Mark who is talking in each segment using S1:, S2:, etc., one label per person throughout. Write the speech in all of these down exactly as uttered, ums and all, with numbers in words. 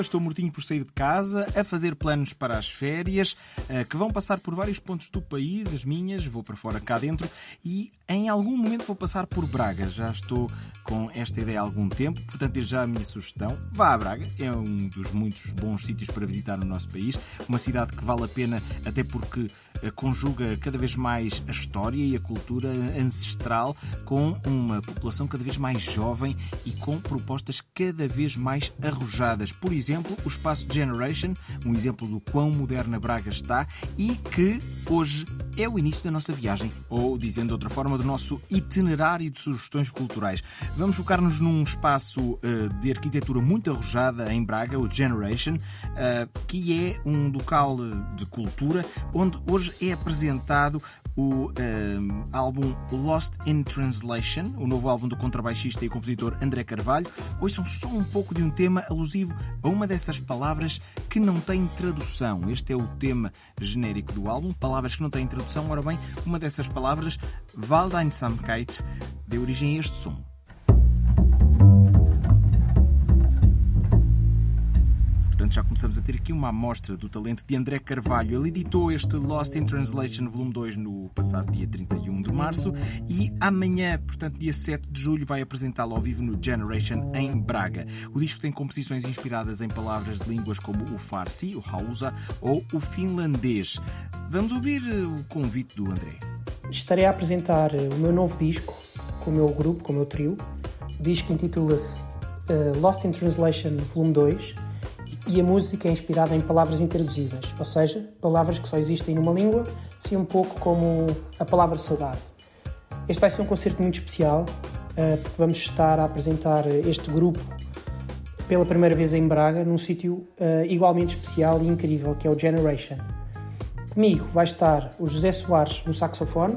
S1: estou mortinho por sair de casa, a fazer planos para as férias, que vão passar por vários pontos do país, as minhas, vou para fora cá dentro, e em algum momento vou passar por Braga. Já estou com esta ideia há algum tempo, portanto, desde já a minha sugestão: vá a Braga, é um dos muitos bons sítios para visitar no nosso país, uma cidade que vale a pena, até porque conjuga cada vez mais a história e a cultura ancestral com uma população cada vez mais jovem e com propostas cada vez mais arrojadas. Por exemplo, o espaço Generation, um exemplo do quão moderna Braga está e que hoje é o início da nossa viagem, ou, dizendo de outra forma, do nosso itinerário de sugestões culturais. Vamos focar-nos num espaço uh, de arquitetura muito arrojada em Braga, o Generation, uh, que é um local de cultura onde hoje é apresentado o uh, álbum Lost in Translation, o novo álbum do contrabaixista e compositor André Carvalho. Ouçam só um pouco de um tema alusivo a uma dessas palavras que não tem tradução. Este é o tema genérico do álbum, palavras que não têm tradução. Ora bem, uma dessas palavras, Waldeinsamkeit, deu origem a este som. Portanto, já começamos a ter aqui uma amostra do talento de André Carvalho. Ele editou este Lost in Translation volume dois no passado dia trinta e um de março e amanhã, portanto dia sete de julho, vai apresentá-lo ao vivo no Generation em Braga. O disco tem composições inspiradas em palavras de línguas como o Farsi, o Hausa ou o finlandês. Vamos ouvir o convite do André.
S2: Estarei a apresentar o meu novo disco com o meu grupo, com o meu trio. O disco intitula-se uh, Lost in Translation volume dois. E a música é inspirada em palavras intraduzíveis, ou seja, palavras que só existem numa língua, assim um pouco como a palavra saudade. Este vai ser um concerto muito especial, porque vamos estar a apresentar este grupo pela primeira vez em Braga, num sítio igualmente especial e incrível, que é o Generation. Comigo vai estar o José Soares no saxofone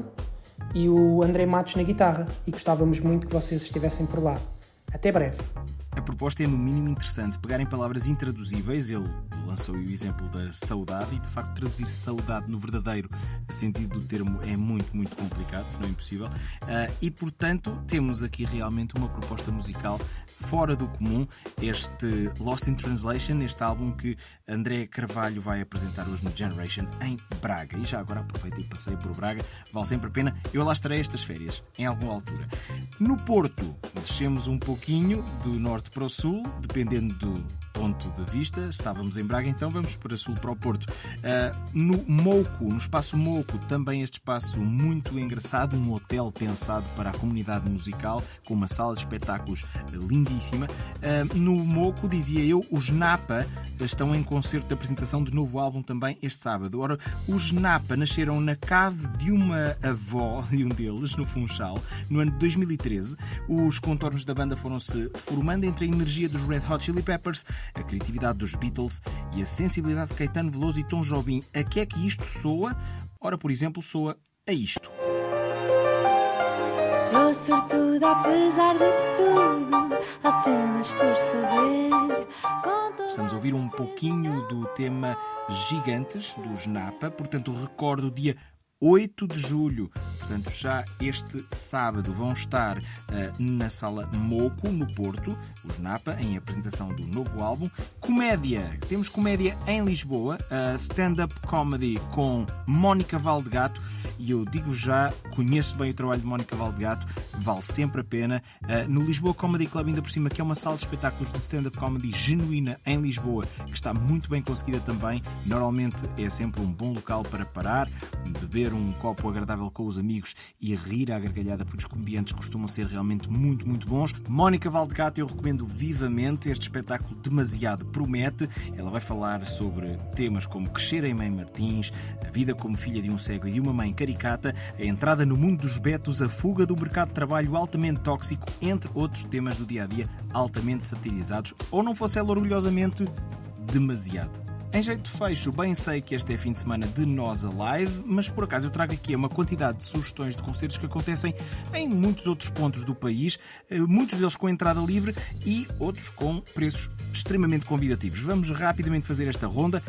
S2: e o André Matos na guitarra, e gostávamos muito que vocês estivessem por lá. Até breve!
S1: A proposta é no mínimo interessante. Pegarem palavras intraduzíveis, ele lançou o exemplo da saudade, e de facto traduzir saudade no verdadeiro sentido do termo é muito, muito complicado, se não é impossível. Uh, e portanto temos aqui realmente uma proposta musical fora do comum, este Lost in Translation, este álbum que André Carvalho vai apresentar hoje no Generation em Braga. E já agora aproveito e passei por Braga, vale sempre a pena. Eu lá estarei estas férias, em alguma altura. No Porto, descemos um pouquinho do norte para o sul, dependendo do ponto de vista. Estávamos em Braga, então vamos para sul, para o Porto. Uh, no Mouco, no espaço Mouco, também este espaço muito engraçado, um hotel pensado para a comunidade musical, com uma sala de espetáculos lindíssima. Uh, no Mouco, dizia eu, os Napa estão em concerto de apresentação de novo álbum também este sábado. Ora, os Napa nasceram na cave de uma avó de um deles, no Funchal, no ano de dois mil e treze. Os contornos da banda foram-se formando entre a energia dos Red Hot Chili Peppers, a criatividade dos Beatles e a sensibilidade de Caetano Veloso e Tom Jobim. A que é que isto soa? Ora, por exemplo, soa a isto.
S3: Sou sortuda apesar de tudo, apenas por saber.
S1: Estamos a ouvir um pouquinho do tema Gigantes, dos Napa. Portanto, recordo o dia oito de julho, portanto já este sábado, vão estar uh, na Sala Mouco, no Porto, os Napa, em apresentação do novo álbum. Comédia, temos comédia em Lisboa, uh, stand-up comedy com Mónica Valdegato, e eu digo já, conheço bem o trabalho de Mónica Valdegato, vale sempre a pena. Uh, no Lisboa Comedy Club, ainda por cima, que é uma sala de espetáculos de stand-up comedy genuína em Lisboa, que está muito bem conseguida também. Normalmente é sempre um bom local para parar, beber um copo agradável com os amigos e rir à gargalhada, porque os comediantes costumam ser realmente muito, muito bons. Mónica Valdegato, eu recomendo vivamente. Este espetáculo demasiado promete. Ela vai falar sobre temas como crescer em Mãe Martins, a vida como filha de um cego e de uma mãe caricata, a entrada no mundo dos betos, a fuga do mercado de trabalho altamente tóxico, entre outros temas do dia-a-dia altamente satirizados, ou não fosse ela orgulhosamente demasiado. Em jeito de fecho, bem sei que este é fim de semana de Nós Alive, mas por acaso eu trago aqui uma quantidade de sugestões de concertos que acontecem em muitos outros pontos do país, muitos deles com entrada livre e outros com preços extremamente convidativos. Vamos rapidamente fazer esta ronda.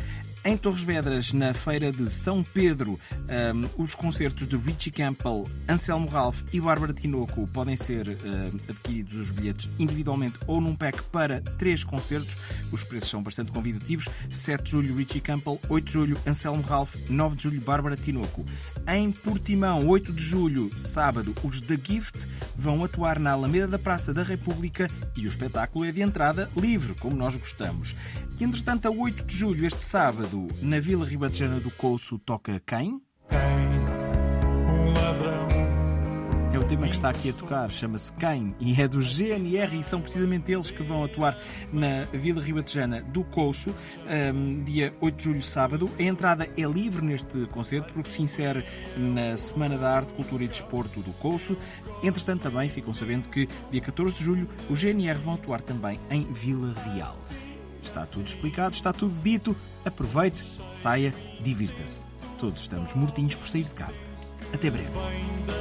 S1: Em Torres Vedras, na Feira de São Pedro, um, os concertos de Richie Campbell, Anselmo Ralph e Bárbara Tinoco podem ser um, adquiridos os bilhetes individualmente ou num pack para três concertos. Os preços são bastante convidativos. sete de julho, Richie Campbell. oito de julho, Anselmo Ralph. nove de julho, Bárbara Tinoco. Em Portimão, oito de julho, sábado, os The Gift vão atuar na Alameda da Praça da República e o espetáculo é de entrada livre, como nós gostamos. E, entretanto, a oito de julho, este sábado, na Vila Ribatejana do Couço, toca quem?
S4: Quem? Um ladrão.
S1: É o tema que está aqui a tocar, chama-se Quem, e é do G N R, e são precisamente eles que vão atuar na Vila Ribatejana do Couço, um, dia oito de julho, sábado. A entrada é livre neste concerto, porque se insere na Semana da Arte, Cultura e Desporto do Couço. Entretanto, também ficam sabendo que, dia catorze de julho, o G N R vão atuar também em Vila Real. Está tudo explicado, está tudo dito. Aproveite, saia, divirta-se. Todos estamos mortinhos por sair de casa. Até breve.